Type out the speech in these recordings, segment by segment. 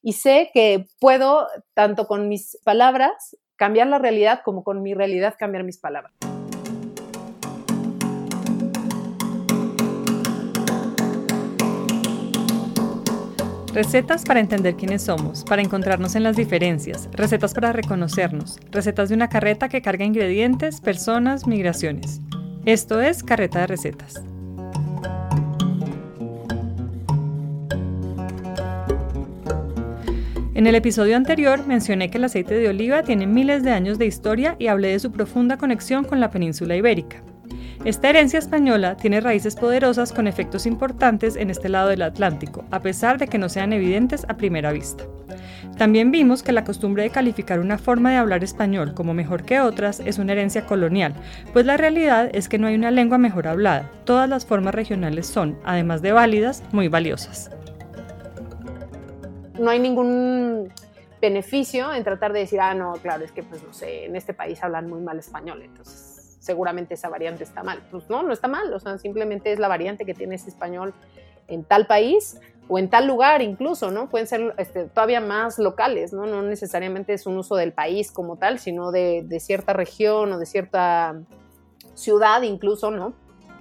y sé que puedo, tanto con mis palabras, cambiar la realidad, como con mi realidad cambiar mis palabras. Recetas para entender quiénes somos, para encontrarnos en las diferencias, recetas para reconocernos, recetas de una carreta que carga ingredientes, personas, migraciones. Esto es Carreta de Recetas. En el episodio anterior mencioné que el aceite de oliva tiene miles de años de historia y hablé de su profunda conexión con la península ibérica. Esta herencia española tiene raíces poderosas con efectos importantes en este lado del Atlántico, a pesar de que no sean evidentes a primera vista. También vimos que la costumbre de calificar una forma de hablar español como mejor que otras es una herencia colonial, pues la realidad es que no hay una lengua mejor hablada. Todas las formas regionales son, además de válidas, muy valiosas. No hay ningún beneficio en tratar de decir, no, claro, es que pues no sé, en este país hablan muy mal español, entonces seguramente esa variante está mal. Pues no está mal, o sea, simplemente es la variante que tiene ese español en tal país o en tal lugar incluso, ¿no? Pueden ser todavía más locales, ¿no? No necesariamente es un uso del país como tal, sino de cierta región o de cierta ciudad incluso, ¿no?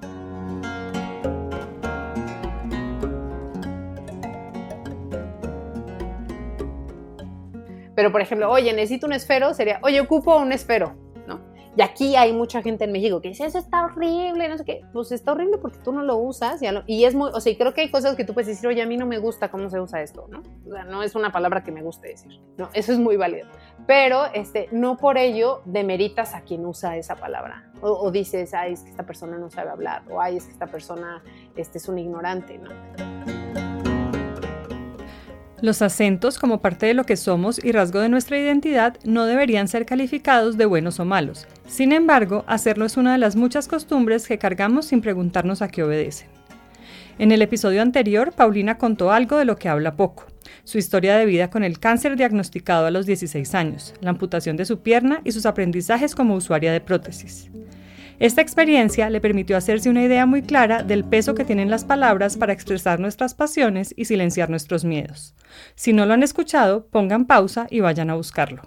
Pero, por ejemplo, oye, necesito un esfero, sería, oye, ocupo un esfero, ¿no? Y aquí hay mucha gente en México que dice, eso está horrible, no sé qué. Pues está horrible porque tú no lo usas. Y es muy, o sea, creo que hay cosas que tú puedes decir, oye, a mí no me gusta cómo se usa esto, ¿no? O sea, no es una palabra que me guste decir, ¿no? Eso es muy válido. Pero no por ello demeritas a quien usa esa palabra. O dices, ay, es que esta persona no sabe hablar. O ay, es que esta persona es un ignorante, ¿no? Los acentos, como parte de lo que somos y rasgo de nuestra identidad, no deberían ser calificados de buenos o malos. Sin embargo, hacerlo es una de las muchas costumbres que cargamos sin preguntarnos a qué obedecen. En el episodio anterior, Paulina contó algo de lo que habla poco: su historia de vida con el cáncer diagnosticado a los 16 años, la amputación de su pierna y sus aprendizajes como usuaria de prótesis. Esta experiencia le permitió hacerse una idea muy clara del peso que tienen las palabras para expresar nuestras pasiones y silenciar nuestros miedos. Si no lo han escuchado, pongan pausa y vayan a buscarlo.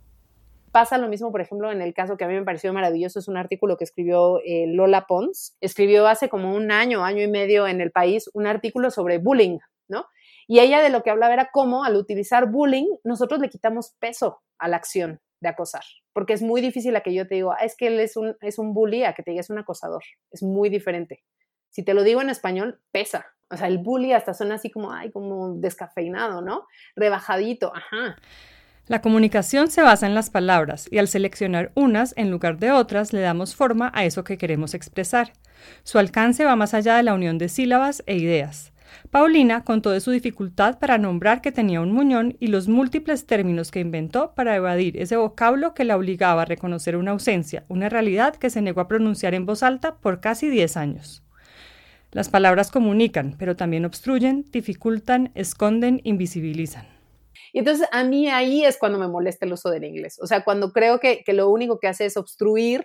Pasa lo mismo, por ejemplo, en el caso que a mí me pareció maravilloso, es un artículo que escribió Lola Pons. Escribió hace como un año y medio en El País, un artículo sobre bullying, ¿no? Y ella de lo que hablaba era cómo al utilizar bullying nosotros le quitamos peso a la acción de acosar, porque es muy difícil a que yo te digo, es que él es un bully, a que te diga es un acosador, es muy diferente. Si te lo digo en español, pesa, o sea, el bully hasta suena así como, como descafeinado, ¿no? Rebajadito, ajá. La comunicación se basa en las palabras y al seleccionar unas en lugar de otras le damos forma a eso que queremos expresar. Su alcance va más allá de la unión de sílabas e ideas. Paulina contó de su dificultad para nombrar que tenía un muñón y los múltiples términos que inventó para evadir ese vocablo que la obligaba a reconocer una ausencia, una realidad que se negó a pronunciar en voz alta por casi 10 años. Las palabras comunican, pero también obstruyen, dificultan, esconden, invisibilizan. Y entonces a mí ahí es cuando me molesta el uso del inglés. O sea, cuando creo que lo único que hace es obstruir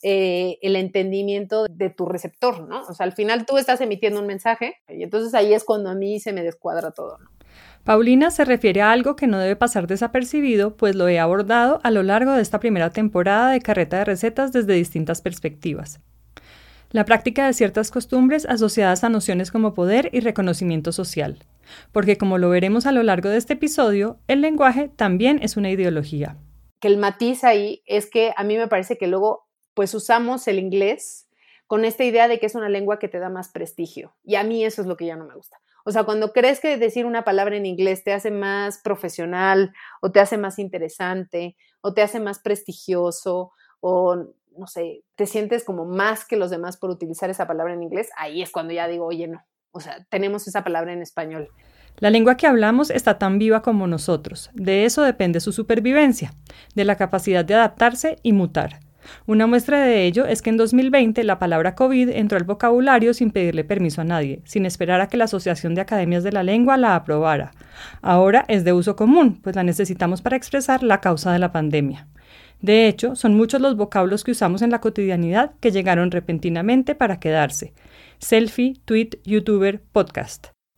el entendimiento de tu receptor, ¿no? O sea, al final tú estás emitiendo un mensaje y entonces ahí es cuando a mí se me descuadra todo, ¿no? Paulina se refiere a algo que no debe pasar desapercibido, pues lo he abordado a lo largo de esta primera temporada de Carreta de Recetas desde distintas perspectivas. La práctica de ciertas costumbres asociadas a nociones como poder y reconocimiento social. Porque como lo veremos a lo largo de este episodio, el lenguaje también es una ideología. Que el matiz ahí es que a mí me parece que luego pues usamos el inglés con esta idea de que es una lengua que te da más prestigio. Y a mí eso es lo que ya no me gusta. O sea, cuando crees que decir una palabra en inglés te hace más profesional o te hace más interesante o te hace más prestigioso o, no sé, te sientes como más que los demás por utilizar esa palabra en inglés, ahí es cuando ya digo, oye, no. O sea, tenemos esa palabra en español. La lengua que hablamos está tan viva como nosotros. De eso depende su supervivencia, de la capacidad de adaptarse y mutar. Una muestra de ello es que en 2020 la palabra COVID entró al vocabulario sin pedirle permiso a nadie, sin esperar a que la Asociación de Academias de la Lengua la aprobara. Ahora es de uso común, pues la necesitamos para expresar la causa de la pandemia. De hecho, son muchos los vocablos que usamos en la cotidianidad que llegaron repentinamente para quedarse. Selfie, tweet, youtuber, podcast.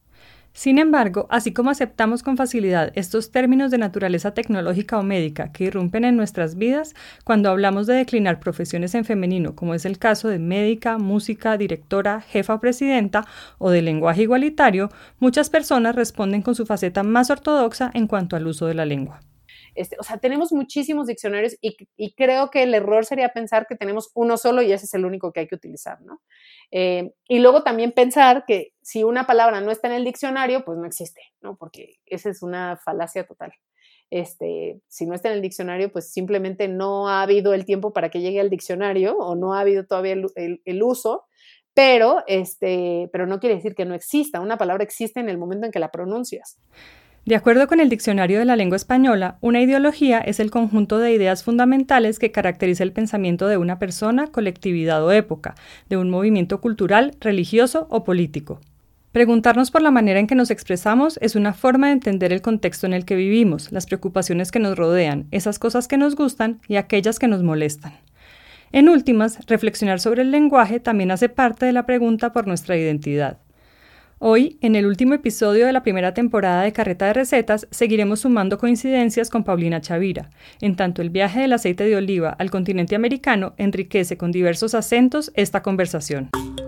Sin embargo, así como aceptamos con facilidad estos términos de naturaleza tecnológica o médica que irrumpen en nuestras vidas, cuando hablamos de declinar profesiones en femenino, como es el caso de médica, música, directora, jefa o presidenta, o de lenguaje igualitario, muchas personas responden con su faceta más ortodoxa en cuanto al uso de la lengua. O sea, tenemos muchísimos diccionarios y creo que el error sería pensar que tenemos uno solo y ese es el único que hay que utilizar, ¿no? Y luego también pensar que si una palabra no está en el diccionario, pues no existe, ¿no? Porque esa es una falacia total. Si no está en el diccionario, pues simplemente no ha habido el tiempo para que llegue al diccionario o no ha habido todavía el uso, pero no quiere decir que no exista. Una palabra existe en el momento en que la pronuncias. De acuerdo con el Diccionario de la Lengua Española, una ideología es el conjunto de ideas fundamentales que caracteriza el pensamiento de una persona, colectividad o época, de un movimiento cultural, religioso o político. Preguntarnos por la manera en que nos expresamos es una forma de entender el contexto en el que vivimos, las preocupaciones que nos rodean, esas cosas que nos gustan y aquellas que nos molestan. En últimas, reflexionar sobre el lenguaje también hace parte de la pregunta por nuestra identidad. Hoy, en el último episodio de la primera temporada de Carreta de Recetas, seguiremos sumando coincidencias con Paulina Chavira, en tanto el viaje del aceite de oliva al continente americano enriquece con diversos acentos esta conversación.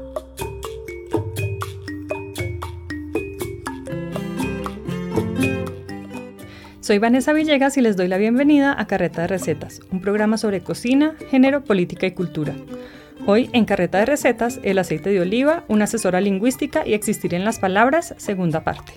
Soy Vanessa Villegas y les doy la bienvenida a Carreta de Recetas, un programa sobre cocina, género, política y cultura. Hoy, en Carreta de Recetas, el aceite de oliva, una asesora lingüística y existir en las palabras, segunda parte.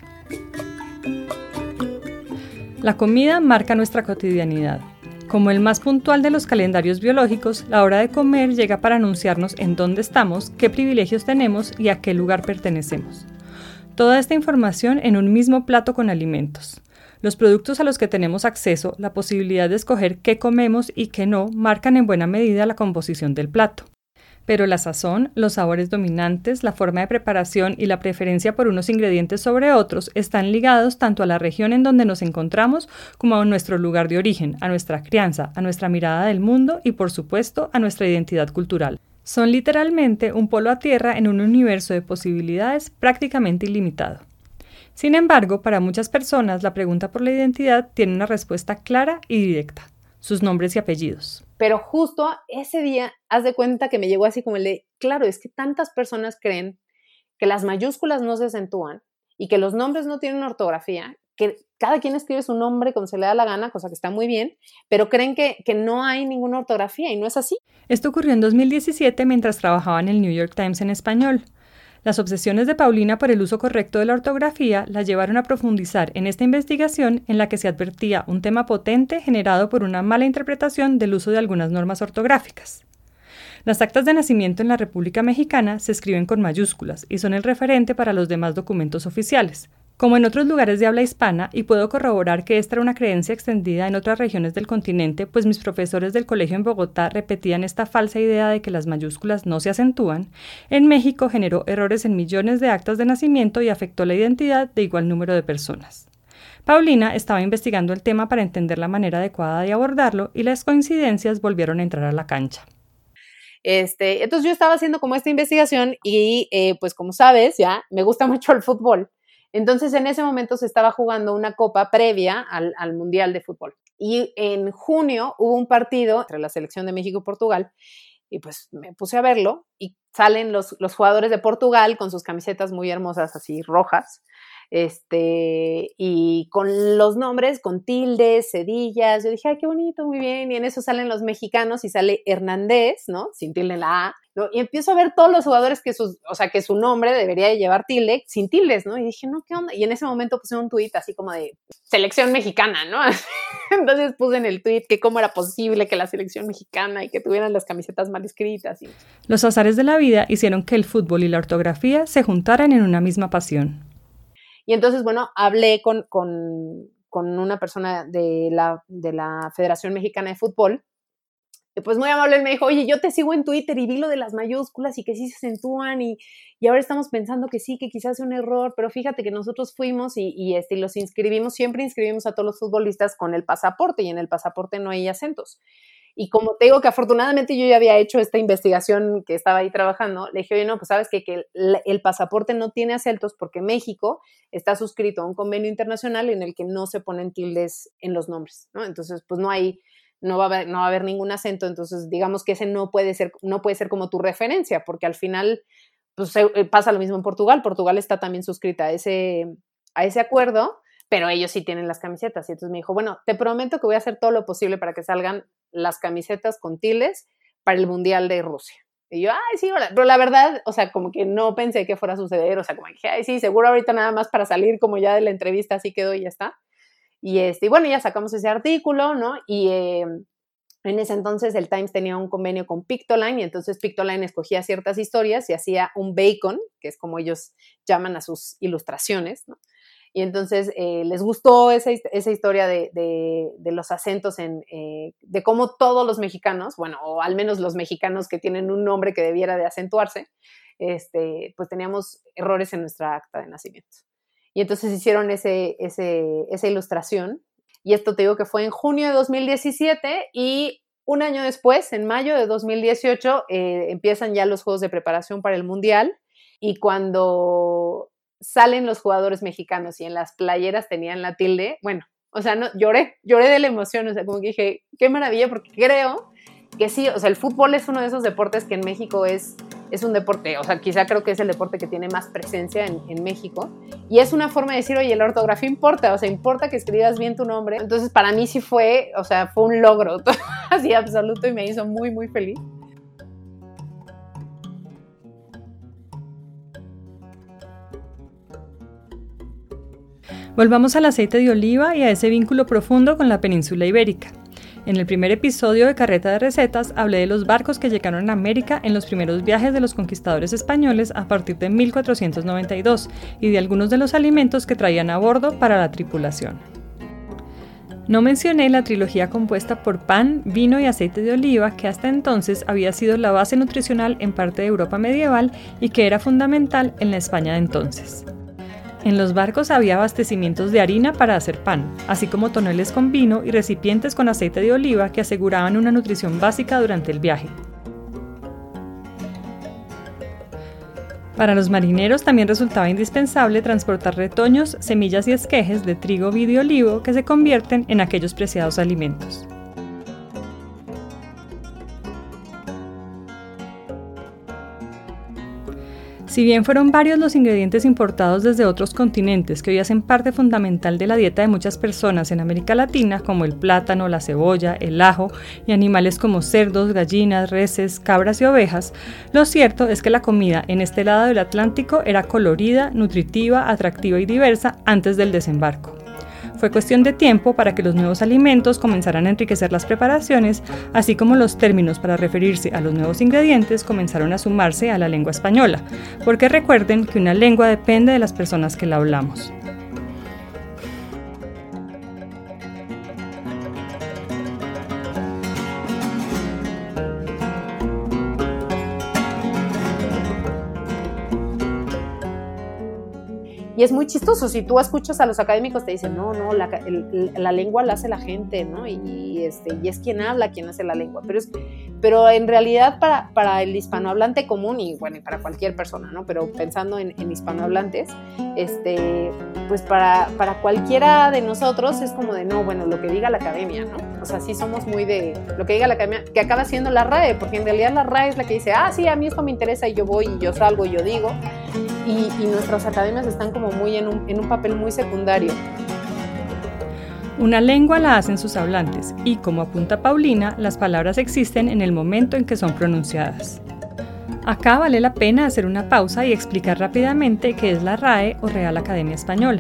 La comida marca nuestra cotidianidad. Como el más puntual de los calendarios biológicos, la hora de comer llega para anunciarnos en dónde estamos, qué privilegios tenemos y a qué lugar pertenecemos. Toda esta información en un mismo plato con alimentos. Los productos a los que tenemos acceso, la posibilidad de escoger qué comemos y qué no, marcan en buena medida la composición del plato. Pero la sazón, los sabores dominantes, la forma de preparación y la preferencia por unos ingredientes sobre otros están ligados tanto a la región en donde nos encontramos como a nuestro lugar de origen, a nuestra crianza, a nuestra mirada del mundo y, por supuesto, a nuestra identidad cultural. Son literalmente un polo a tierra en un universo de posibilidades prácticamente ilimitado. Sin embargo, para muchas personas la pregunta por la identidad tiene una respuesta clara y directa: sus nombres y apellidos. Pero justo ese día, haz de cuenta que me llegó así como el de, claro, es que tantas personas creen que las mayúsculas no se acentúan y que los nombres no tienen ortografía, que cada quien escribe su nombre como se le da la gana, cosa que está muy bien, pero creen que no hay ninguna ortografía y no es así. Esto ocurrió en 2017 mientras trabajaba en el New York Times en español. Las obsesiones de Paulina por el uso correcto de la ortografía la llevaron a profundizar en esta investigación en la que se advertía un tema potente generado por una mala interpretación del uso de algunas normas ortográficas. Las actas de nacimiento en la República Mexicana se escriben con mayúsculas y son el referente para los demás documentos oficiales, como en otros lugares de habla hispana, y puedo corroborar que esta era una creencia extendida en otras regiones del continente, pues mis profesores del colegio en Bogotá repetían esta falsa idea de que las mayúsculas no se acentúan. En México generó errores en millones de actas de nacimiento y afectó la identidad de igual número de personas. Paulina estaba investigando el tema para entender la manera adecuada de abordarlo y las coincidencias volvieron a entrar a la cancha. Entonces yo estaba haciendo como esta investigación y pues como sabes ya me gusta mucho el fútbol. Entonces en ese momento se estaba jugando una copa previa al Mundial de Fútbol. Y en junio hubo un partido entre la selección de México y Portugal y pues me puse a verlo y salen los jugadores de Portugal con sus camisetas muy hermosas así rojas. Y con los nombres, con tildes, cedillas, yo dije, ay, qué bonito, muy bien, y en eso salen los mexicanos y sale Hernández, ¿no? Sin tilde en la A, ¿no? Y empiezo a ver todos los jugadores que su nombre debería de llevar tilde, sin tildes, ¿no? Y dije, no, ¿qué onda? Y en ese momento puse un tuit así como de selección mexicana, ¿no? Entonces puse en el tuit que cómo era posible que la selección mexicana y que tuvieran las camisetas mal escritas. Y... Los azares de la vida hicieron que el fútbol y la ortografía se juntaran en una misma pasión. Y entonces, bueno, hablé con una persona de la Federación Mexicana de Fútbol, y pues muy amable, él me dijo, oye, yo te sigo en Twitter y vi lo de las mayúsculas y que sí se acentúan y ahora estamos pensando que sí, que quizás es un error, pero fíjate que nosotros fuimos y los inscribimos, siempre inscribimos a todos los futbolistas con el pasaporte y en el pasaporte no hay acentos. Y como te digo que afortunadamente yo ya había hecho esta investigación que estaba ahí trabajando, le dije, oye, no, pues sabes que el pasaporte no tiene acentos porque México está suscrito a un convenio internacional en el que no se ponen tildes en los nombres, ¿no? Entonces, pues no va a haber ningún acento, entonces digamos que ese no puede ser como tu referencia, porque al final pues, pasa lo mismo en Portugal. Portugal está también suscrita a ese acuerdo, pero ellos sí tienen las camisetas. Y entonces me dijo, bueno, te prometo que voy a hacer todo lo posible para que salgan las camisetas con tildes para el Mundial de Rusia. Y yo, ay, sí, pero la verdad, o sea, como que no pensé que fuera a suceder, o sea, como que dije, ay, sí, seguro ahorita nada más para salir como ya de la entrevista, así quedó y ya está. Y bueno, ya sacamos ese artículo, ¿no? Y en ese entonces el Times tenía un convenio con Pictoline y entonces Pictoline escogía ciertas historias y hacía un bacon, que es como ellos llaman a sus ilustraciones, ¿no? Y entonces les gustó esa historia de los acentos, de cómo todos los mexicanos, bueno, o al menos los mexicanos que tienen un nombre que debiera de acentuarse, pues teníamos errores en nuestra acta de nacimiento. Y entonces hicieron esa ilustración. Y esto te digo que fue en junio de 2017 y un año después, en mayo de 2018, empiezan ya los juegos de preparación para el Mundial. Y cuando salen los jugadores mexicanos y en las playeras tenían la tilde, bueno, o sea, no, lloré de la emoción, o sea, como que dije, qué maravilla, porque creo que sí, o sea, el fútbol es uno de esos deportes que en México es un deporte, o sea, quizá creo que es el deporte que tiene más presencia en México, y es una forma de decir, oye, la ortografía importa, o sea, importa que escribas bien tu nombre. Entonces, para mí sí fue, o sea, fue un logro, así absoluto, y me hizo muy, muy feliz. Volvamos al aceite de oliva y a ese vínculo profundo con la península ibérica. En el primer episodio de Carreta de Recetas hablé de los barcos que llegaron a América en los primeros viajes de los conquistadores españoles a partir de 1492 y de algunos de los alimentos que traían a bordo para la tripulación. No mencioné la trilogía compuesta por pan, vino y aceite de oliva que hasta entonces había sido la base nutricional en parte de Europa medieval y que era fundamental en la España de entonces. En los barcos había abastecimientos de harina para hacer pan, así como toneles con vino y recipientes con aceite de oliva que aseguraban una nutrición básica durante el viaje. Para los marineros también resultaba indispensable transportar retoños, semillas y esquejes de trigo, vid y olivo que se convierten en aquellos preciados alimentos. Si bien fueron varios los ingredientes importados desde otros continentes que hoy hacen parte fundamental de la dieta de muchas personas en América Latina, como el plátano, la cebolla, el ajo y animales como cerdos, gallinas, reses, cabras y ovejas, lo cierto es que la comida en este lado del Atlántico era colorida, nutritiva, atractiva y diversa antes del desembarco. Fue cuestión de tiempo para que los nuevos alimentos comenzaran a enriquecer las preparaciones, así como los términos para referirse a los nuevos ingredientes comenzaron a sumarse a la lengua española, porque recuerden que una lengua depende de las personas que la hablamos. Y es muy chistoso, si tú escuchas a los académicos te dicen, no, la lengua la hace la gente, ¿no? Y es quien habla, quien hace la lengua. Pero en realidad para el hispanohablante común, y bueno, y para cualquier persona, ¿no? Pero pensando en hispanohablantes, pues para cualquiera de nosotros es como de, no, bueno, lo que diga la academia, ¿no? O sea, sí somos muy de lo que diga la academia, que acaba siendo la RAE, porque en realidad la RAE es la que dice, sí, a mí esto me interesa y yo voy y yo salgo y yo digo. Y nuestras academias están como muy en un papel muy secundario. Una lengua la hacen sus hablantes y, como apunta Paulina, las palabras existen en el momento en que son pronunciadas. Acá vale la pena hacer una pausa y explicar rápidamente qué es la RAE o Real Academia Española.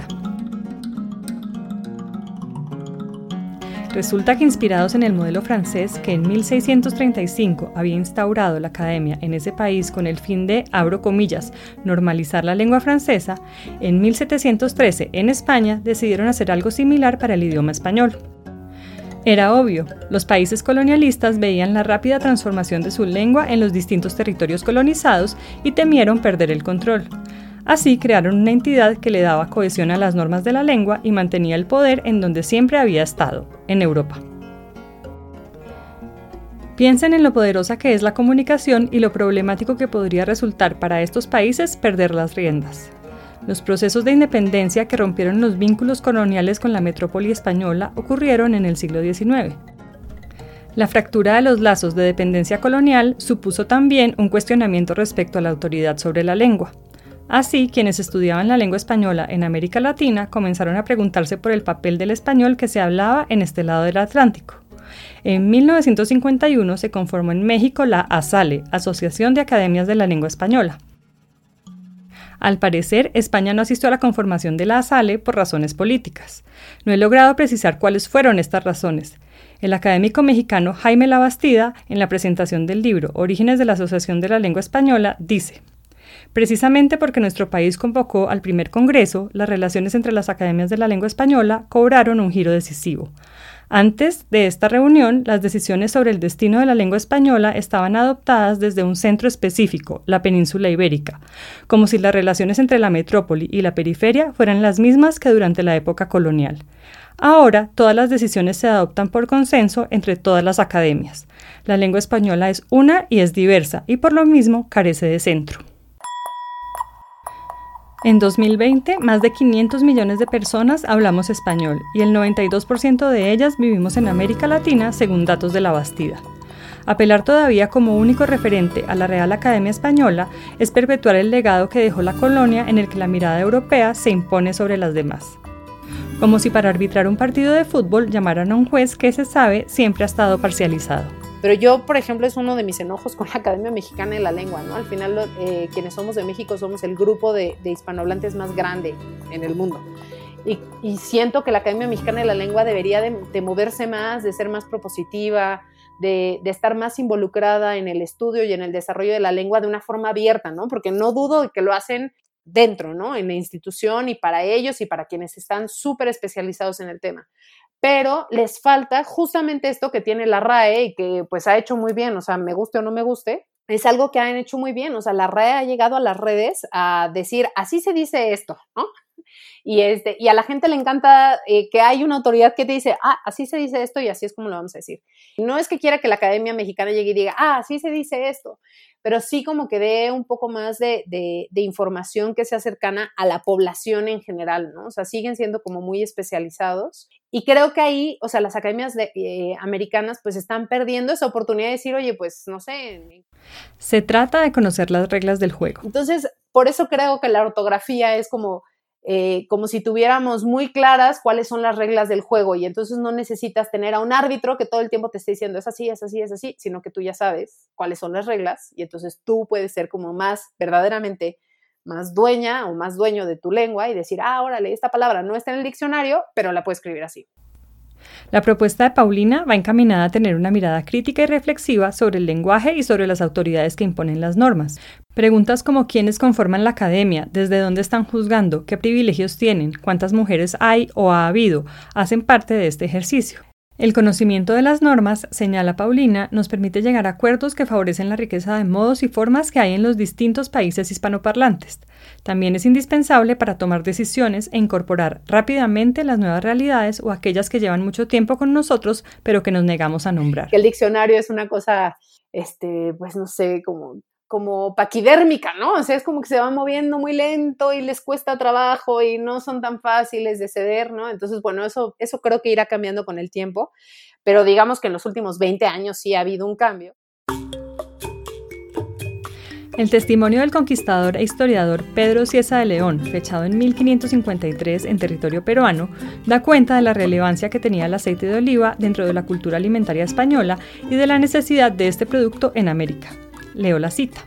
Resulta que inspirados en el modelo francés que en 1635 había instaurado la academia en ese país con el fin de, abro comillas, normalizar la lengua francesa, en 1713 en España decidieron hacer algo similar para el idioma español. Era obvio, los países colonialistas veían la rápida transformación de su lengua en los distintos territorios colonizados y temieron perder el control. Así crearon una entidad que le daba cohesión a las normas de la lengua y mantenía el poder en donde siempre había estado, en Europa. Piensen en lo poderosa que es la comunicación y lo problemático que podría resultar para estos países perder las riendas. Los procesos de independencia que rompieron los vínculos coloniales con la metrópoli española ocurrieron en el siglo XIX. La fractura de los lazos de dependencia colonial supuso también un cuestionamiento respecto a la autoridad sobre la lengua. Así, quienes estudiaban la lengua española en América Latina comenzaron a preguntarse por el papel del español que se hablaba en este lado del Atlántico. En 1951 se conformó en México la ASALE, Asociación de Academias de la Lengua Española. Al parecer, España no asistió a la conformación de la ASALE por razones políticas. No he logrado precisar cuáles fueron estas razones. El académico mexicano Jaime Labastida, en la presentación del libro Orígenes de la Asociación de la Lengua Española, dice: precisamente porque nuestro país convocó al primer congreso, las relaciones entre las academias de la lengua española cobraron un giro decisivo. Antes de esta reunión, las decisiones sobre el destino de la lengua española estaban adoptadas desde un centro específico, la península ibérica, como si las relaciones entre la metrópoli y la periferia fueran las mismas que durante la época colonial. Ahora, todas las decisiones se adoptan por consenso entre todas las academias. La lengua española es una y es diversa, y por lo mismo carece de centro. En 2020, más de 500 millones de personas hablamos español y el 92% de ellas vivimos en América Latina, según datos de Labastida. Apelar todavía como único referente a la Real Academia Española es perpetuar el legado que dejó la colonia en el que la mirada europea se impone sobre las demás. Como si para arbitrar un partido de fútbol llamaran a un juez que se sabe siempre ha estado parcializado. Pero yo, por ejemplo, es uno de mis enojos con la Academia Mexicana de la Lengua, ¿no? Al final, quienes somos de México somos el grupo de hispanohablantes más grande en el mundo. Y siento que la Academia Mexicana de la Lengua debería de moverse más, de ser más propositiva, de estar más involucrada en el estudio y en el desarrollo de la lengua de una forma abierta, ¿no? Porque no dudo de que lo hacen dentro, ¿no? En la institución y para ellos y para quienes están súper especializados en el tema. Pero les falta justamente esto que tiene la RAE y que pues ha hecho muy bien, o sea, me guste o no me guste, es algo que han hecho muy bien, o sea, la RAE ha llegado a las redes a decir, así se dice esto, ¿no? Y a la gente le encanta que hay una autoridad que te dice, así se dice esto y así es como lo vamos a decir. No es que quiera que la Academia Mexicana llegue y diga, así se dice esto, pero sí como que dé un poco más de información que sea cercana a la población en general, ¿no? O sea, siguen siendo como muy especializados. Y creo que ahí, o sea, las academias americanas pues están perdiendo esa oportunidad de decir, oye, pues no sé. Se trata de conocer las reglas del juego. Entonces, por eso creo que la ortografía es como si tuviéramos muy claras cuáles son las reglas del juego y entonces no necesitas tener a un árbitro que todo el tiempo te esté diciendo es así, es así, es así, sino que tú ya sabes cuáles son las reglas y entonces tú puedes ser como más verdaderamente más dueña o más dueño de tu lengua y decir, órale, esta palabra no está en el diccionario, pero la puedo escribir así. La propuesta de Paulina va encaminada a tener una mirada crítica y reflexiva sobre el lenguaje y sobre las autoridades que imponen las normas. Preguntas como quiénes conforman la academia, desde dónde están juzgando, qué privilegios tienen, cuántas mujeres hay o ha habido, hacen parte de este ejercicio. El conocimiento de las normas, señala Paulina, nos permite llegar a acuerdos que favorecen la riqueza de modos y formas que hay en los distintos países hispanoparlantes. También es indispensable para tomar decisiones e incorporar rápidamente las nuevas realidades o aquellas que llevan mucho tiempo con nosotros, pero que nos negamos a nombrar. El diccionario es una cosa, pues no sé, como paquidérmica, ¿no? O sea, es como que se va moviendo muy lento y les cuesta trabajo y no son tan fáciles de ceder, ¿no? Entonces, bueno, eso creo que irá cambiando con el tiempo, pero digamos que en los últimos 20 años sí ha habido un cambio. El testimonio del conquistador e historiador Pedro Cieza de León, fechado en 1553 en territorio peruano, da cuenta de la relevancia que tenía el aceite de oliva dentro de la cultura alimentaria española y de la necesidad de este producto en América. Leo la cita.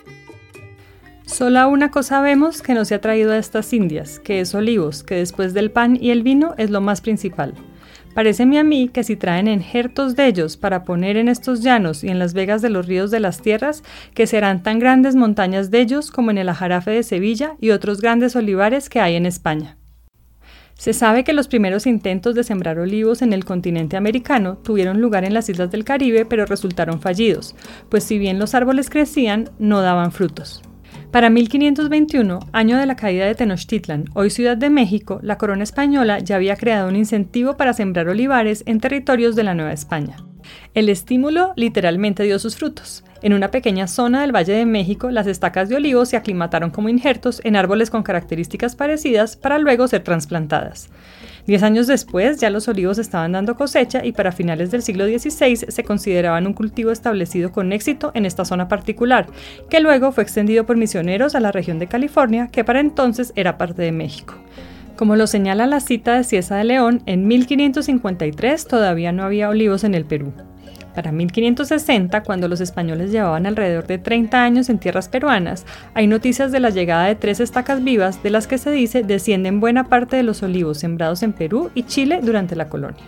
Sola una cosa vemos que no se ha traído a estas Indias, que es olivos, que después del pan y el vino es lo más principal. Paréceme a mí que si traen enjertos de ellos para poner en estos llanos y en las vegas de los ríos de las tierras, que serán tan grandes montañas de ellos como en el Ajarafe de Sevilla y otros grandes olivares que hay en España. Se sabe que los primeros intentos de sembrar olivos en el continente americano tuvieron lugar en las islas del Caribe, pero resultaron fallidos, pues si bien los árboles crecían, no daban frutos. Para 1521, año de la caída de Tenochtitlan, hoy Ciudad de México, la corona española ya había creado un incentivo para sembrar olivares en territorios de la Nueva España. El estímulo literalmente dio sus frutos. En una pequeña zona del Valle de México, las estacas de olivos se aclimataron como injertos en árboles con características parecidas para luego ser trasplantadas. 10 años después, ya los olivos estaban dando cosecha y para finales del siglo XVI se consideraban un cultivo establecido con éxito en esta zona particular, que luego fue extendido por misioneros a la región de California, que para entonces era parte de México. Como lo señala la cita de Cieza de León, en 1553 todavía no había olivos en el Perú. Para 1560, cuando los españoles llevaban alrededor de 30 años en tierras peruanas, hay noticias de la llegada de 3 estacas vivas de las que se dice descienden buena parte de los olivos sembrados en Perú y Chile durante la colonia.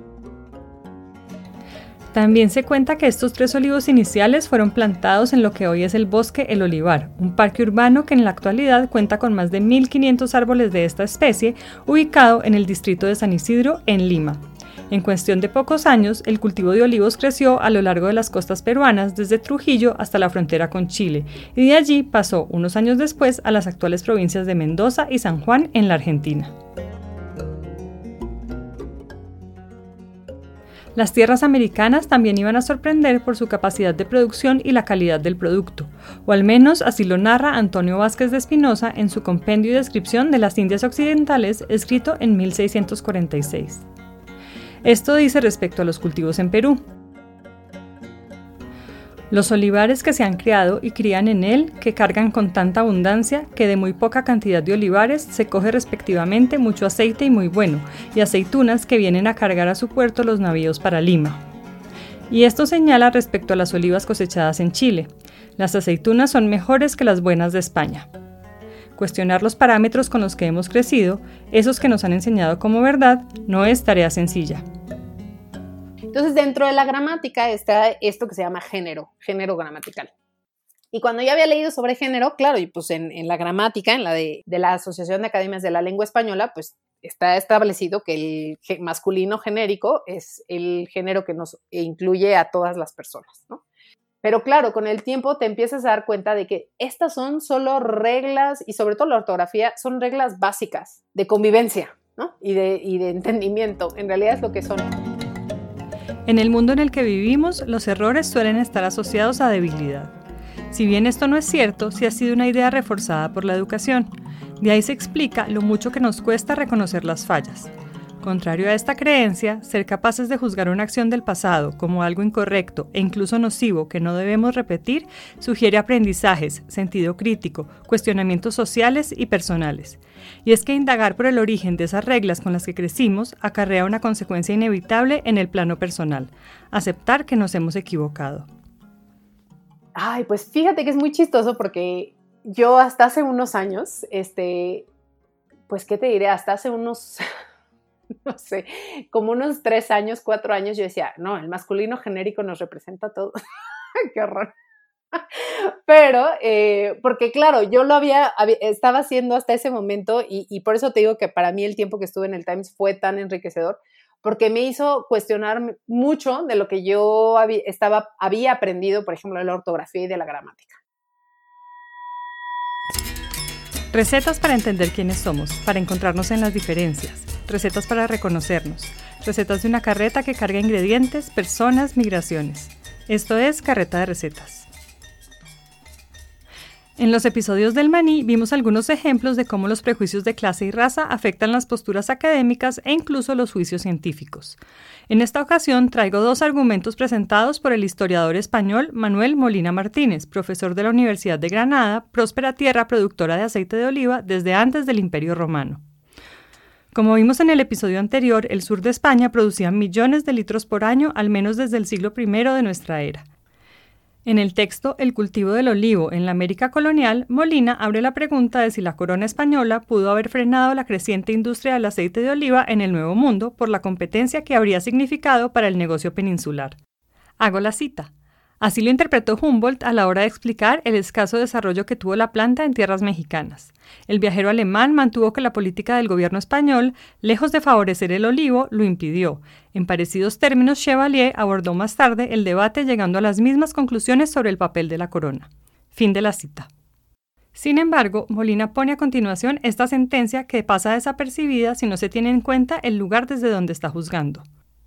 También se cuenta que estos 3 olivos iniciales fueron plantados en lo que hoy es el Bosque El Olivar, un parque urbano que en la actualidad cuenta con más de 1.500 árboles de esta especie, ubicado en el distrito de San Isidro, en Lima. En cuestión de pocos años, el cultivo de olivos creció a lo largo de las costas peruanas, desde Trujillo hasta la frontera con Chile, y de allí pasó unos años después a las actuales provincias de Mendoza y San Juan en la Argentina. Las tierras americanas también iban a sorprender por su capacidad de producción y la calidad del producto, o al menos así lo narra Antonio Vázquez de Espinosa en su compendio y descripción de las Indias Occidentales, escrito en 1646. Esto dice respecto a los cultivos en Perú. Los olivares que se han criado y crían en él, que cargan con tanta abundancia, que de muy poca cantidad de olivares se coge respectivamente mucho aceite y muy bueno, y aceitunas que vienen a cargar a su puerto los navíos para Lima. Y esto señala respecto a las olivas cosechadas en Chile. Las aceitunas son mejores que las buenas de España. Cuestionar los parámetros con los que hemos crecido, esos que nos han enseñado como verdad, no es tarea sencilla. Entonces, dentro de la gramática está esto que se llama género gramatical. Y cuando ya había leído sobre género, claro, y pues en la gramática, en la de la Asociación de Academias de la Lengua Española, pues está establecido que el masculino genérico es el género que nos incluye a todas las personas, ¿no? Pero claro, con el tiempo te empiezas a dar cuenta de que estas son solo reglas, y sobre todo la ortografía, son reglas básicas de convivencia, ¿no? y de entendimiento. En realidad es lo que son. En el mundo en el que vivimos, los errores suelen estar asociados a debilidad. Si bien esto no es cierto, sí ha sido una idea reforzada por la educación. De ahí se explica lo mucho que nos cuesta reconocer las fallas. Contrario a esta creencia, ser capaces de juzgar una acción del pasado como algo incorrecto e incluso nocivo que no debemos repetir, sugiere aprendizajes, sentido crítico, cuestionamientos sociales y personales. Y es que indagar por el origen de esas reglas con las que crecimos acarrea una consecuencia inevitable en el plano personal: aceptar que nos hemos equivocado. Ay, pues fíjate que es muy chistoso porque yo hasta hace unos años, pues qué te diré, hasta hace unos... no sé, como unos 3 años, 4 años, yo decía, no, el masculino genérico nos representa a todos. ¡Qué horror! Pero, porque claro, yo estaba haciendo hasta ese momento y por eso te digo que para mí el tiempo que estuve en el Times fue tan enriquecedor, porque me hizo cuestionar mucho de lo que yo había aprendido, por ejemplo, de la ortografía y de la gramática. Recetas para entender quiénes somos, para encontrarnos en las diferencias. Recetas para reconocernos. Recetas de una carreta que carga ingredientes, personas, migraciones. Esto es Carreta de Recetas. En los episodios del Maní vimos algunos ejemplos de cómo los prejuicios de clase y raza afectan las posturas académicas e incluso los juicios científicos. En esta ocasión traigo 2 argumentos presentados por el historiador español Manuel Molina Martínez, profesor de la Universidad de Granada, próspera tierra productora de aceite de oliva desde antes del Imperio Romano. Como vimos en el episodio anterior, el sur de España producía millones de litros por año, al menos desde el siglo I de nuestra era. En el texto El cultivo del olivo en la América colonial, Molina abre la pregunta de si la corona española pudo haber frenado la creciente industria del aceite de oliva en el Nuevo Mundo por la competencia que habría significado para el negocio peninsular. Hago la cita. Así lo interpretó Humboldt a la hora de explicar el escaso desarrollo que tuvo la planta en tierras mexicanas. El viajero alemán mantuvo que la política del gobierno español, lejos de favorecer el olivo, lo impidió. En parecidos términos, Chevalier abordó más tarde el debate llegando a las mismas conclusiones sobre el papel de la corona. Fin de la cita. Sin embargo, Molina pone a continuación esta sentencia que pasa desapercibida si no se tiene en cuenta el lugar desde donde está juzgando.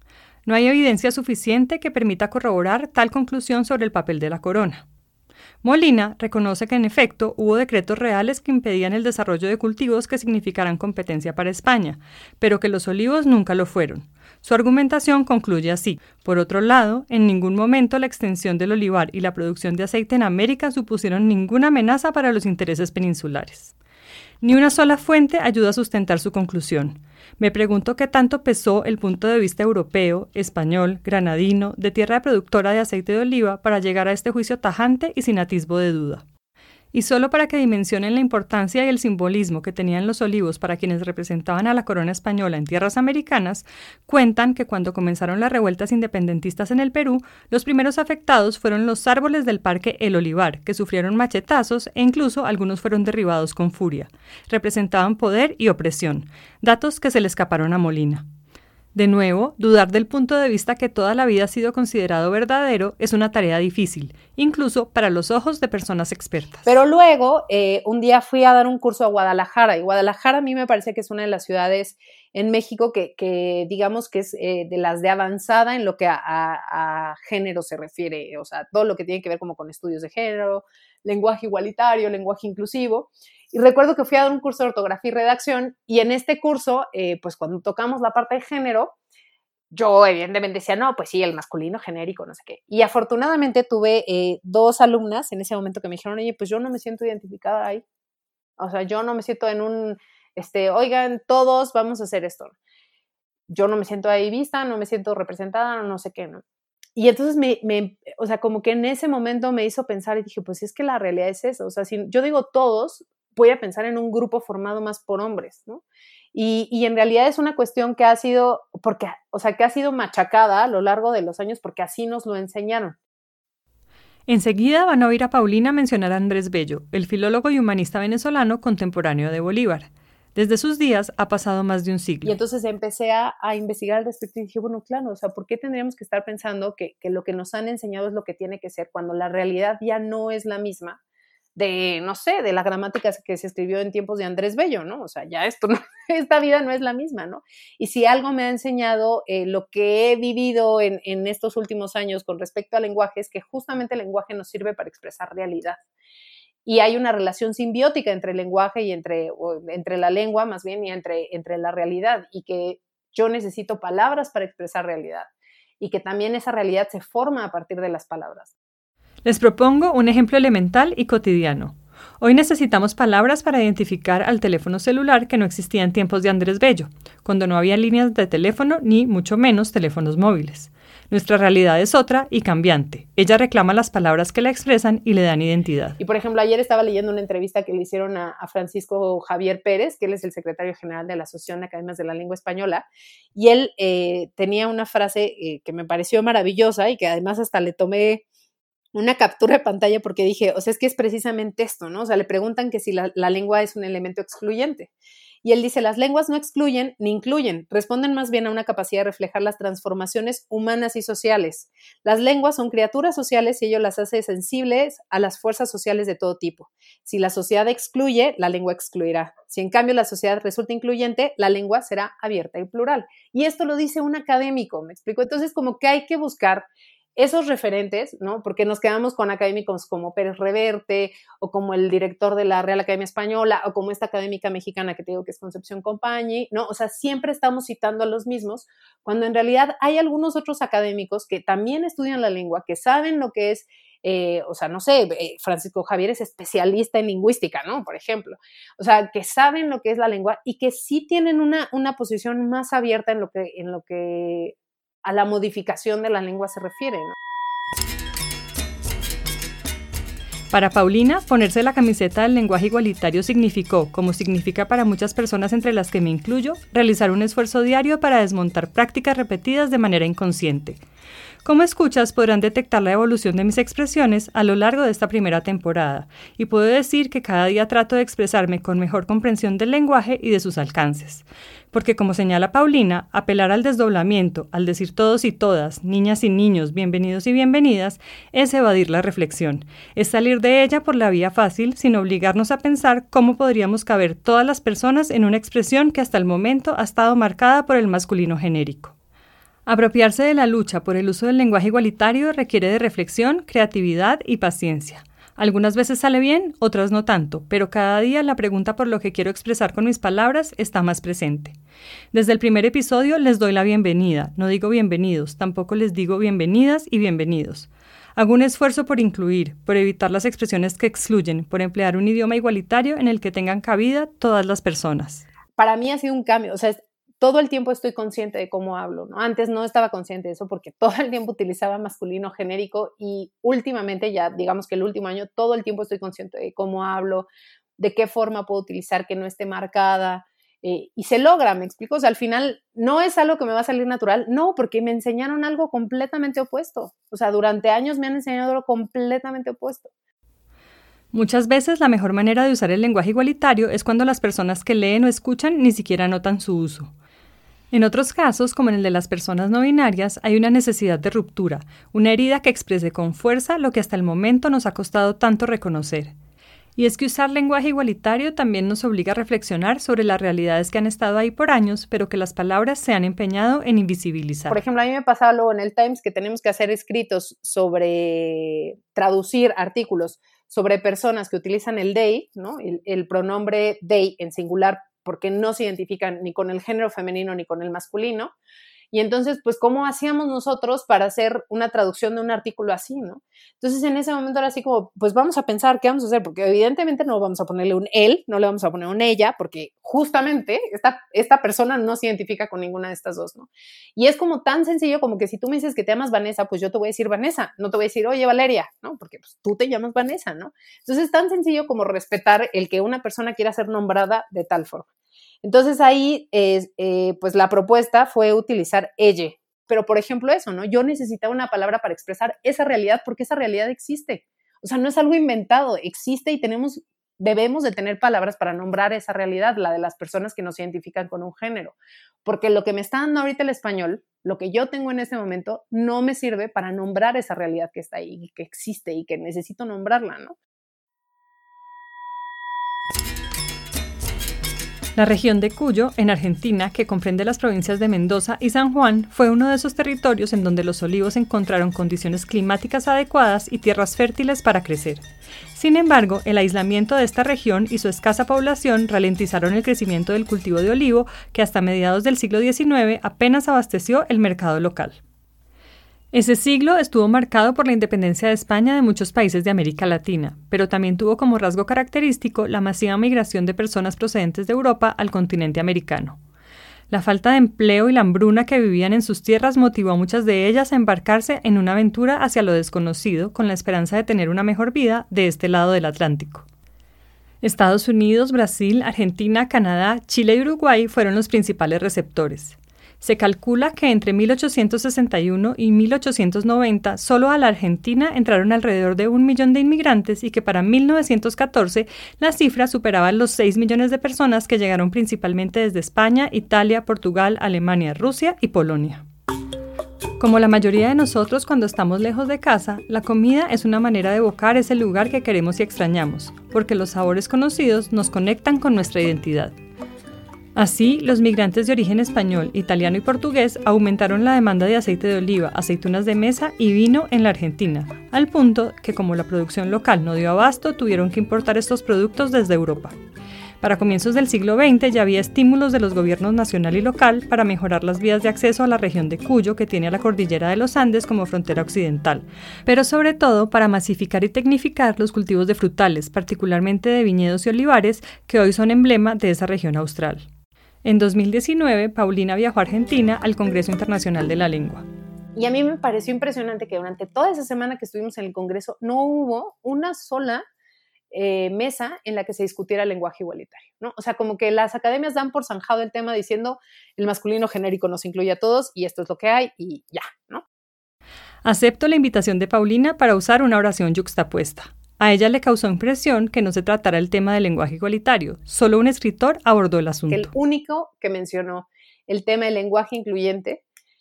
No hay evidencia suficiente que permita corroborar tal conclusión sobre el papel de la corona. Molina reconoce que en efecto hubo decretos reales que impedían el desarrollo de cultivos que significaran competencia para España, pero que los olivos nunca lo fueron. Su argumentación concluye así. Por otro lado, en ningún momento la extensión del olivar y la producción de aceite en América supusieron ninguna amenaza para los intereses peninsulares. Ni una sola fuente ayuda a sustentar su conclusión. Me pregunto qué tanto pesó el punto de vista europeo, español, granadino, de tierra productora de aceite de oliva para llegar a este juicio tajante y sin atisbo de duda. Y solo para que dimensionen la importancia y el simbolismo que tenían los olivos para quienes representaban a la corona española en tierras americanas, cuentan que cuando comenzaron las revueltas independentistas en el Perú, los primeros afectados fueron los árboles del Parque El Olivar, que sufrieron machetazos e incluso algunos fueron derribados con furia. Representaban poder y opresión, datos que se le escaparon a Molina. De nuevo, dudar del punto de vista que toda la vida ha sido considerado verdadero es una tarea difícil, incluso para los ojos de personas expertas. Pero luego, un día fui a dar un curso a Guadalajara, y Guadalajara a mí me parece que es una de las ciudades en México que digamos que es de las de avanzada en lo que a género se refiere, o sea, todo lo que tiene que ver como con estudios de género, lenguaje igualitario, lenguaje inclusivo. Y recuerdo que fui a dar un curso de ortografía y redacción, y en este curso, pues cuando tocamos la parte de género, yo evidentemente decía, no, pues sí, el masculino genérico, no sé qué. Y afortunadamente tuve 2 alumnas en ese momento que me dijeron, oye, pues yo no me siento identificada ahí. O sea, yo no me siento en un, oigan, todos vamos a hacer esto. Yo no me siento ahí vista, no me siento representada, no sé qué, ¿no? Y entonces o sea, como que en ese momento me hizo pensar y dije, pues es que la realidad es eso. O sea, si yo digo todos, voy a pensar en un grupo formado más por hombres, ¿no? Y en realidad es una cuestión que ha sido, que ha sido machacada a lo largo de los años porque así nos lo enseñaron. Enseguida van a oír a Paulina mencionar a Andrés Bello, el filólogo y humanista venezolano contemporáneo de Bolívar. Desde sus días ha pasado más de un siglo. Y entonces empecé a investigar al respecto y dije, bueno, claro, o sea, ¿por qué tendríamos que estar pensando que lo que nos han enseñado es lo que tiene que ser cuando la realidad ya no es la misma de, no sé, de la gramática que se escribió en tiempos de Andrés Bello, ¿no? O sea, ya esta vida no es la misma, ¿no? Y si algo me ha enseñado lo que he vivido en estos últimos años con respecto al lenguaje es que justamente el lenguaje nos sirve para expresar realidad. Y hay una relación simbiótica entre el lenguaje y entre la lengua, más bien, y entre la realidad, y que yo necesito palabras para expresar realidad, y que también esa realidad se forma a partir de las palabras. Les propongo un ejemplo elemental y cotidiano. Hoy necesitamos palabras para identificar al teléfono celular que no existía en tiempos de Andrés Bello, cuando no había líneas de teléfono ni mucho menos teléfonos móviles. Nuestra realidad es otra y cambiante. Ella reclama las palabras que la expresan y le dan identidad. Y por ejemplo, ayer estaba leyendo una entrevista que le hicieron a Francisco Javier Pérez, que él es el secretario general de la Asociación de Academias de la Lengua Española, y él tenía una frase que me pareció maravillosa y que además hasta le tomé una captura de pantalla porque dije, o sea, es que es precisamente esto, ¿no? O sea, le preguntan que si la lengua es un elemento excluyente. Y él dice, las lenguas no excluyen ni incluyen, responden más bien a una capacidad de reflejar las transformaciones humanas y sociales. Las lenguas son criaturas sociales y ello las hace sensibles a las fuerzas sociales de todo tipo. Si la sociedad excluye, la lengua excluirá. Si en cambio la sociedad resulta incluyente, la lengua será abierta y plural. Y esto lo dice un académico, ¿me explico? Entonces, como que hay que buscar esos referentes, ¿no? Porque nos quedamos con académicos como Pérez Reverte o como el director de la Real Academia Española o como esta académica mexicana que te digo que es Concepción Compañi, ¿no? O sea, siempre estamos citando a los mismos, cuando en realidad hay algunos otros académicos que también estudian la lengua, que saben lo que es, o sea, no sé, Francisco Javier es especialista en lingüística, ¿no? Por ejemplo. O sea, que saben lo que es la lengua y que sí tienen una posición más abierta en lo que a la modificación de la lengua se refiere, ¿no? Para Paulina, ponerse la camiseta del lenguaje igualitario significó, como significa para muchas personas entre las que me incluyo, realizar un esfuerzo diario para desmontar prácticas repetidas de manera inconsciente. Como escuchas, podrán detectar la evolución de mis expresiones a lo largo de esta primera temporada, y puedo decir que cada día trato de expresarme con mejor comprensión del lenguaje y de sus alcances. Porque, como señala Paulina, apelar al desdoblamiento, al decir todos y todas, niñas y niños, bienvenidos y bienvenidas, es evadir la reflexión. Es salir de ella por la vía fácil, sin obligarnos a pensar cómo podríamos caber todas las personas en una expresión que hasta el momento ha estado marcada por el masculino genérico. Apropiarse de la lucha por el uso del lenguaje igualitario requiere de reflexión, creatividad y paciencia. Algunas veces sale bien, otras no tanto, pero cada día la pregunta por lo que quiero expresar con mis palabras está más presente. Desde el primer episodio les doy la bienvenida, no digo bienvenidos, tampoco les digo bienvenidas y bienvenidos. Hago un esfuerzo por incluir, por evitar las expresiones que excluyen, por emplear un idioma igualitario en el que tengan cabida todas las personas. Para mí ha sido un cambio, o sea, todo el tiempo estoy consciente de cómo hablo, ¿no? Antes no estaba consciente de eso porque todo el tiempo utilizaba masculino genérico y últimamente ya, digamos que el último año, todo el tiempo estoy consciente de cómo hablo, de qué forma puedo utilizar que no esté marcada y se logra, ¿me explico? O sea, al final no es algo que me va a salir natural, no, porque me enseñaron algo completamente opuesto. O sea, durante años me han enseñado algo completamente opuesto. Muchas veces la mejor manera de usar el lenguaje igualitario es cuando las personas que leen o escuchan ni siquiera notan su uso. En otros casos, como en el de las personas no binarias, hay una necesidad de ruptura, una herida que exprese con fuerza lo que hasta el momento nos ha costado tanto reconocer. Y es que usar lenguaje igualitario también nos obliga a reflexionar sobre las realidades que han estado ahí por años, pero que las palabras se han empeñado en invisibilizar. Por ejemplo, a mí me pasaba luego en el Times que tenemos que hacer escritos sobre traducir artículos sobre personas que utilizan el they, ¿no? El pronombre they en singular, porque no se identifican ni con el género femenino ni con el masculino. Y entonces, pues, ¿cómo hacíamos nosotros para hacer una traducción de un artículo así, no? Entonces, en ese momento era así como, pues vamos a pensar qué vamos a hacer, porque evidentemente no vamos a ponerle un él, no le vamos a poner un ella, porque justamente esta persona no se identifica con ninguna de estas dos, ¿no? Y es como tan sencillo como que si tú me dices que te llamas Vanessa, pues yo te voy a decir Vanessa, no te voy a decir, oye, Valeria, ¿no? Porque pues, tú te llamas Vanessa, ¿no? Entonces, es tan sencillo como respetar el que una persona quiera ser nombrada de tal forma. Entonces ahí, pues la propuesta fue utilizar ella. Pero, por ejemplo, eso, ¿no? Yo necesitaba una palabra para expresar esa realidad porque esa realidad existe. O sea, no es algo inventado, existe y debemos de tener palabras para nombrar esa realidad, la de las personas que nos identifican con un género. Porque lo que me está dando ahorita el español, lo que yo tengo en este momento, no me sirve para nombrar esa realidad que está ahí, que existe y que necesito nombrarla, ¿no? La región de Cuyo, en Argentina, que comprende las provincias de Mendoza y San Juan, fue uno de esos territorios en donde los olivos encontraron condiciones climáticas adecuadas y tierras fértiles para crecer. Sin embargo, el aislamiento de esta región y su escasa población ralentizaron el crecimiento del cultivo de olivo, que hasta mediados del siglo XIX apenas abasteció el mercado local. Ese siglo estuvo marcado por la independencia de España de muchos países de América Latina, pero también tuvo como rasgo característico la masiva migración de personas procedentes de Europa al continente americano. La falta de empleo y la hambruna que vivían en sus tierras motivó a muchas de ellas a embarcarse en una aventura hacia lo desconocido con la esperanza de tener una mejor vida de este lado del Atlántico. Estados Unidos, Brasil, Argentina, Canadá, Chile y Uruguay fueron los principales receptores. Se calcula que entre 1861 y 1890 solo a la Argentina entraron alrededor de 1 millón de inmigrantes y que para 1914 la cifra superaba los 6 millones de personas que llegaron principalmente desde España, Italia, Portugal, Alemania, Rusia y Polonia. Como la mayoría de nosotros cuando estamos lejos de casa, la comida es una manera de evocar ese lugar que queremos y extrañamos, porque los sabores conocidos nos conectan con nuestra identidad. Así, los migrantes de origen español, italiano y portugués aumentaron la demanda de aceite de oliva, aceitunas de mesa y vino en la Argentina, al punto que como la producción local no dio abasto, tuvieron que importar estos productos desde Europa. Para comienzos del siglo XX ya había estímulos de los gobiernos nacional y local para mejorar las vías de acceso a la región de Cuyo, que tiene a la cordillera de los Andes como frontera occidental, pero sobre todo para masificar y tecnificar los cultivos de frutales, particularmente de viñedos y olivares, que hoy son emblema de esa región austral. En 2019, Paulina viajó a Argentina al Congreso Internacional de la Lengua. Y a mí me pareció impresionante que durante toda esa semana que estuvimos en el Congreso no hubo una sola mesa en la que se discutiera el lenguaje igualitario, ¿no? O sea, como que las academias dan por zanjado el tema diciendo el masculino genérico nos incluye a todos y esto es lo que hay y ya, ¿no? Acepto la invitación de Paulina para usar una oración yuxtapuesta. A ella le causó impresión que no se tratara el tema del lenguaje igualitario, solo un escritor abordó el asunto. El único que mencionó el tema del lenguaje incluyente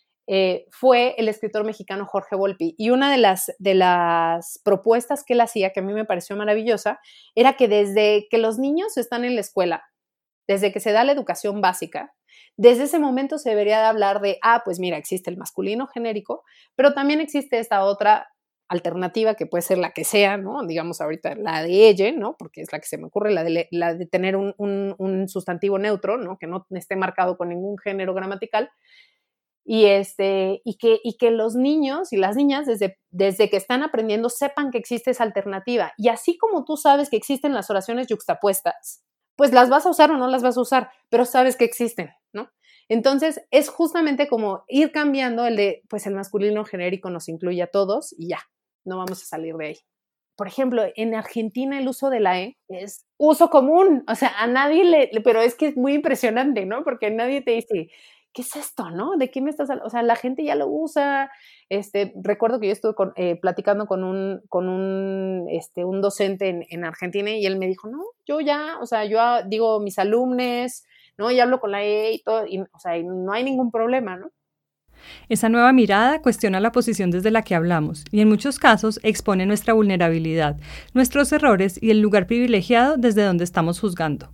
fue el escritor mexicano Jorge Volpi. Y una de las propuestas que él hacía, que a mí me pareció maravillosa, era que desde que los niños están en la escuela, desde que se da la educación básica, desde ese momento se debería de hablar de, pues mira, existe el masculino genérico, pero también existe esta otra alternativa que puede ser la que sea, ¿no? Digamos ahorita la de ella, ¿no? Porque es la que se me ocurre, la de tener un sustantivo neutro, ¿no? Que no esté marcado con ningún género gramatical. Y que los niños y las niñas desde que están aprendiendo sepan que existe esa alternativa. Y así como tú sabes que existen las oraciones yuxtapuestas, pues las vas a usar o no las vas a usar, pero sabes que existen, ¿no? Entonces, es justamente como ir cambiando pues el masculino genérico nos incluye a todos y ya, no vamos a salir de ahí. Por ejemplo, en Argentina el uso de la E es uso común, o sea, a nadie pero es que es muy impresionante, ¿no? Porque nadie te dice, ¿qué es esto, no? ¿De qué me estás hablando? O sea, la gente ya lo usa. Recuerdo que yo estuve platicando con un docente en Argentina y él me dijo, no, yo ya, o sea, yo digo mis alumnos, ¿no? Y hablo con la E y todo, y, o sea, y no hay ningún problema, ¿no? Esa nueva mirada cuestiona la posición desde la que hablamos y en muchos casos expone nuestra vulnerabilidad, nuestros errores y el lugar privilegiado desde donde estamos juzgando.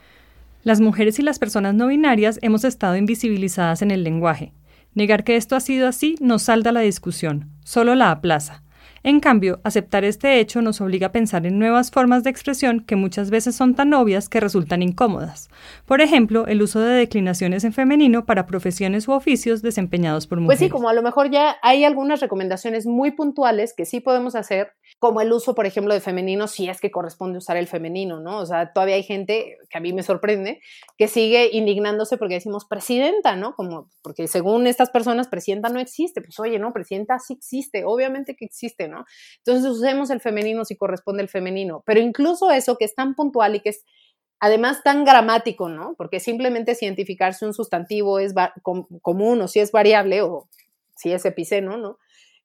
Las mujeres y las personas no binarias hemos estado invisibilizadas en el lenguaje. Negar que esto ha sido así no salda la discusión, solo la aplaza. En cambio, aceptar este hecho nos obliga a pensar en nuevas formas de expresión que muchas veces son tan obvias que resultan incómodas. Por ejemplo, el uso de declinaciones en femenino para profesiones u oficios desempeñados por mujeres. Pues sí, como a lo mejor ya hay algunas recomendaciones muy puntuales que sí podemos hacer, como el uso, por ejemplo, de femenino, si es que corresponde usar el femenino, ¿no? O sea, todavía hay gente, que a mí me sorprende, que sigue indignándose porque decimos presidenta, ¿no? Como, porque según estas personas, presidenta no existe. Pues oye, no, presidenta sí existe, obviamente que existe, ¿no? Entonces usemos el femenino si corresponde el femenino. Pero incluso eso que es tan puntual y que es además tan gramático, ¿no? Porque simplemente es identificar si un sustantivo es común o si es variable o si es epiceno, ¿no?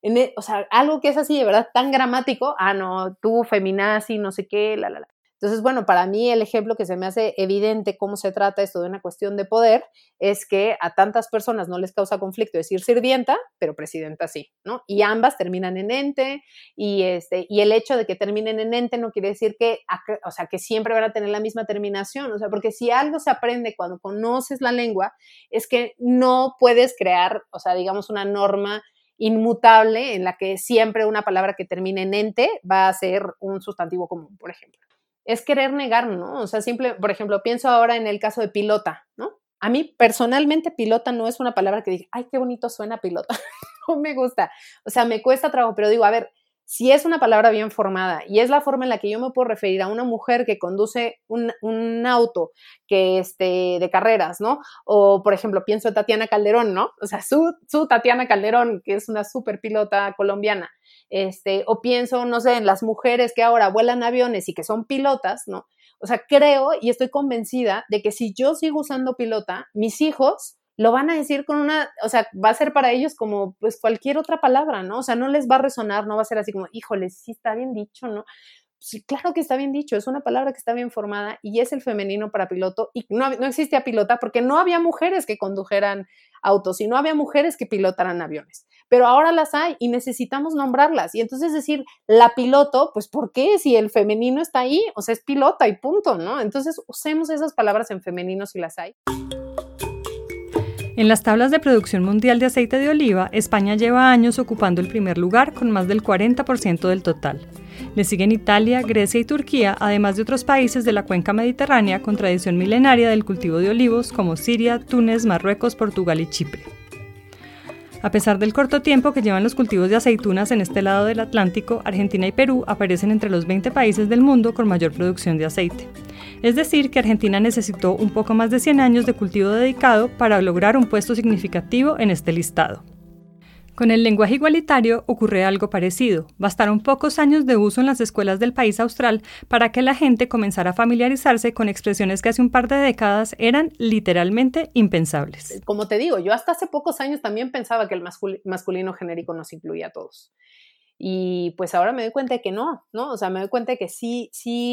O sea, algo que es así de verdad tan gramático, no, tú feminazi, no sé qué, la. Entonces, bueno, para mí el ejemplo que se me hace evidente cómo se trata esto de una cuestión de poder es que a tantas personas no les causa conflicto decir sirvienta, pero presidenta sí, ¿no? Y ambas terminan en ente y el hecho de que terminen en ente no quiere decir que siempre van a tener la misma terminación, o sea, porque si algo se aprende cuando conoces la lengua es que no puedes crear, o sea, digamos una norma inmutable en la que siempre una palabra que termine en ente va a ser un sustantivo común, por ejemplo. Es querer negar, ¿no? O sea, por ejemplo, pienso ahora en el caso de pilota, ¿no? A mí personalmente pilota no es una palabra que diga, ay, qué bonito suena pilota, no me gusta, o sea, me cuesta trabajo, pero digo, a ver, si es una palabra bien formada y es la forma en la que yo me puedo referir a una mujer que conduce un auto que de carreras, ¿no? O, por ejemplo, pienso en Tatiana Calderón, ¿no? O sea, su Tatiana Calderón, que es una súper pilota colombiana. O pienso, no sé, en las mujeres que ahora vuelan aviones y que son pilotas, ¿no? O sea, creo y estoy convencida de que si yo sigo usando pilota, mis hijos lo van a decir o sea, va a ser para ellos como pues cualquier otra palabra, ¿no? O sea, no les va a resonar, no va a ser así como, híjole, sí está bien dicho, ¿no? Sí, claro que está bien dicho, es una palabra que está bien formada y es el femenino para piloto y no existía pilota porque no había mujeres que condujeran autos y no había mujeres que pilotaran aviones, pero ahora las hay y necesitamos nombrarlas y entonces decir la piloto, pues ¿por qué? Si el femenino está ahí, o sea, es pilota y punto, ¿no? Entonces usemos esas palabras en femenino si las hay. En las tablas de producción mundial de aceite de oliva, España lleva años ocupando el primer lugar con más del 40% del total. Le siguen Italia, Grecia y Turquía, además de otros países de la cuenca mediterránea con tradición milenaria del cultivo de olivos como Siria, Túnez, Marruecos, Portugal y Chipre. A pesar del corto tiempo que llevan los cultivos de aceitunas en este lado del Atlántico, Argentina y Perú aparecen entre los 20 países del mundo con mayor producción de aceite. Es decir, que Argentina necesitó un poco más de 100 años de cultivo dedicado para lograr un puesto significativo en este listado. Con el lenguaje igualitario ocurre algo parecido. Bastaron pocos años de uso en las escuelas del país austral para que la gente comenzara a familiarizarse con expresiones que hace un par de décadas eran literalmente impensables. Como te digo, yo hasta hace pocos años también pensaba que el masculino genérico nos incluía a todos. Y pues ahora me doy cuenta de que no, ¿no? O sea, me doy cuenta de que sí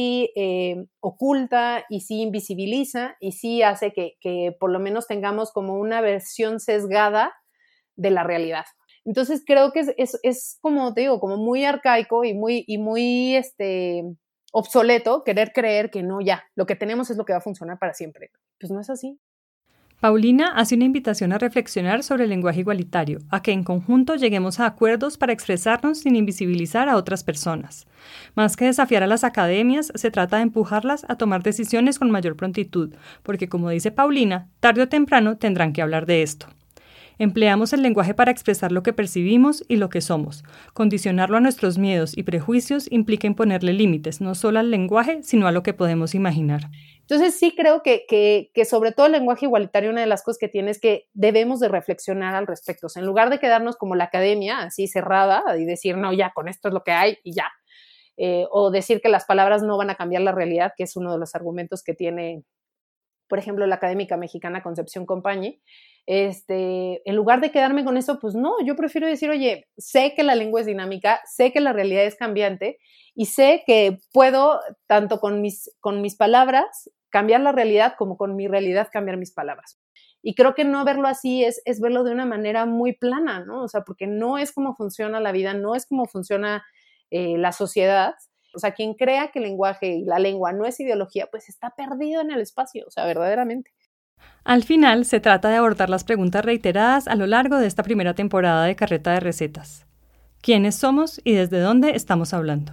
oculta y sí invisibiliza y sí hace que por lo menos tengamos como una versión sesgada de la realidad. Entonces creo que es como te digo, como muy arcaico y muy obsoleto querer creer que no, ya, lo que tenemos es lo que va a funcionar para siempre. Pues no es así. Paulina hace una invitación a reflexionar sobre el lenguaje igualitario, a que en conjunto lleguemos a acuerdos para expresarnos sin invisibilizar a otras personas. Más que desafiar a las academias, se trata de empujarlas a tomar decisiones con mayor prontitud, porque como dice Paulina, tarde o temprano tendrán que hablar de esto. Empleamos el lenguaje para expresar lo que percibimos y lo que somos. Condicionarlo a nuestros miedos y prejuicios implica imponerle límites, no solo al lenguaje, sino a lo que podemos imaginar. Entonces sí creo que sobre todo el lenguaje igualitario, una de las cosas que tiene es que debemos de reflexionar al respecto. O sea, en lugar de quedarnos como la academia, así cerrada, y decir, no, ya, con esto es lo que hay y ya. O decir que las palabras no van a cambiar la realidad, que es uno de los argumentos que tiene, por ejemplo, la académica mexicana Concepción Compañi. En lugar de quedarme con eso, pues no, yo prefiero decir, oye, sé que la lengua es dinámica, sé que la realidad es cambiante y sé que puedo, tanto con mis palabras, cambiar la realidad como con mi realidad cambiar mis palabras. Y creo que no verlo así es verlo de una manera muy plana, ¿no? O sea, porque no es como funciona la vida, no es como funciona la sociedad. O sea, quien crea que el lenguaje y la lengua no es ideología, pues está perdido en el espacio, o sea, verdaderamente. Al final, se trata de abordar las preguntas reiteradas a lo largo de esta primera temporada de Carreta de Recetas. ¿Quiénes somos y desde dónde estamos hablando?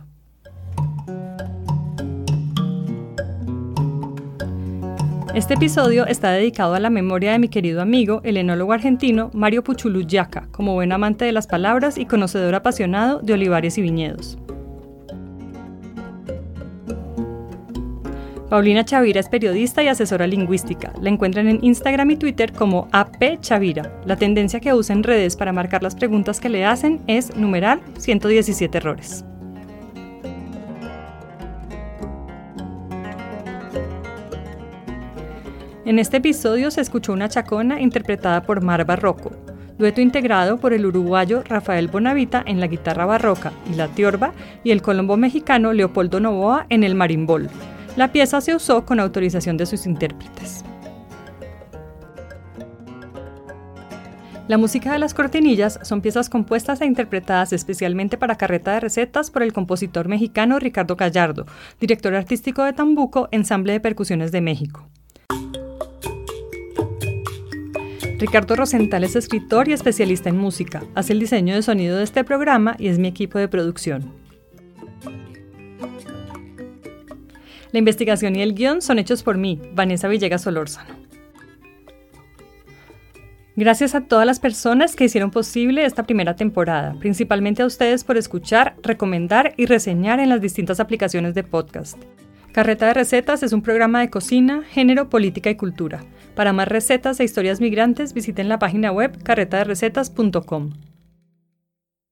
Este episodio está dedicado a la memoria de mi querido amigo, el enólogo argentino Mario Puchulu Yaca, como buen amante de las palabras y conocedor apasionado de olivares y viñedos. Paulina Chavira es periodista y asesora lingüística. La encuentran en Instagram y Twitter como AP Chavira. La tendencia que usa en redes para marcar las preguntas que le hacen es numeral 117 errores. En este episodio se escuchó una chacona interpretada por Mar Barroco, dueto integrado por el uruguayo Rafael Bonavita en la guitarra barroca y la tiorba y el colombo mexicano Leopoldo Novoa en el marimbol. La pieza se usó con autorización de sus intérpretes. La música de las cortinillas son piezas compuestas e interpretadas especialmente para Carreta de Recetas por el compositor mexicano Ricardo Gallardo, director artístico de Tambuco, Ensamble de Percusiones de México. Ricardo Rosenthal es escritor y especialista en música, hace el diseño de sonido de este programa y es mi equipo de producción. La investigación y el guión son hechos por mí, Vanessa Villegas Solórzano. Gracias a todas las personas que hicieron posible esta primera temporada, principalmente a ustedes por escuchar, recomendar y reseñar en las distintas aplicaciones de podcast. Carreta de Recetas es un programa de cocina, género, política y cultura. Para más recetas e historias migrantes, visiten la página web carretaderecetas.com.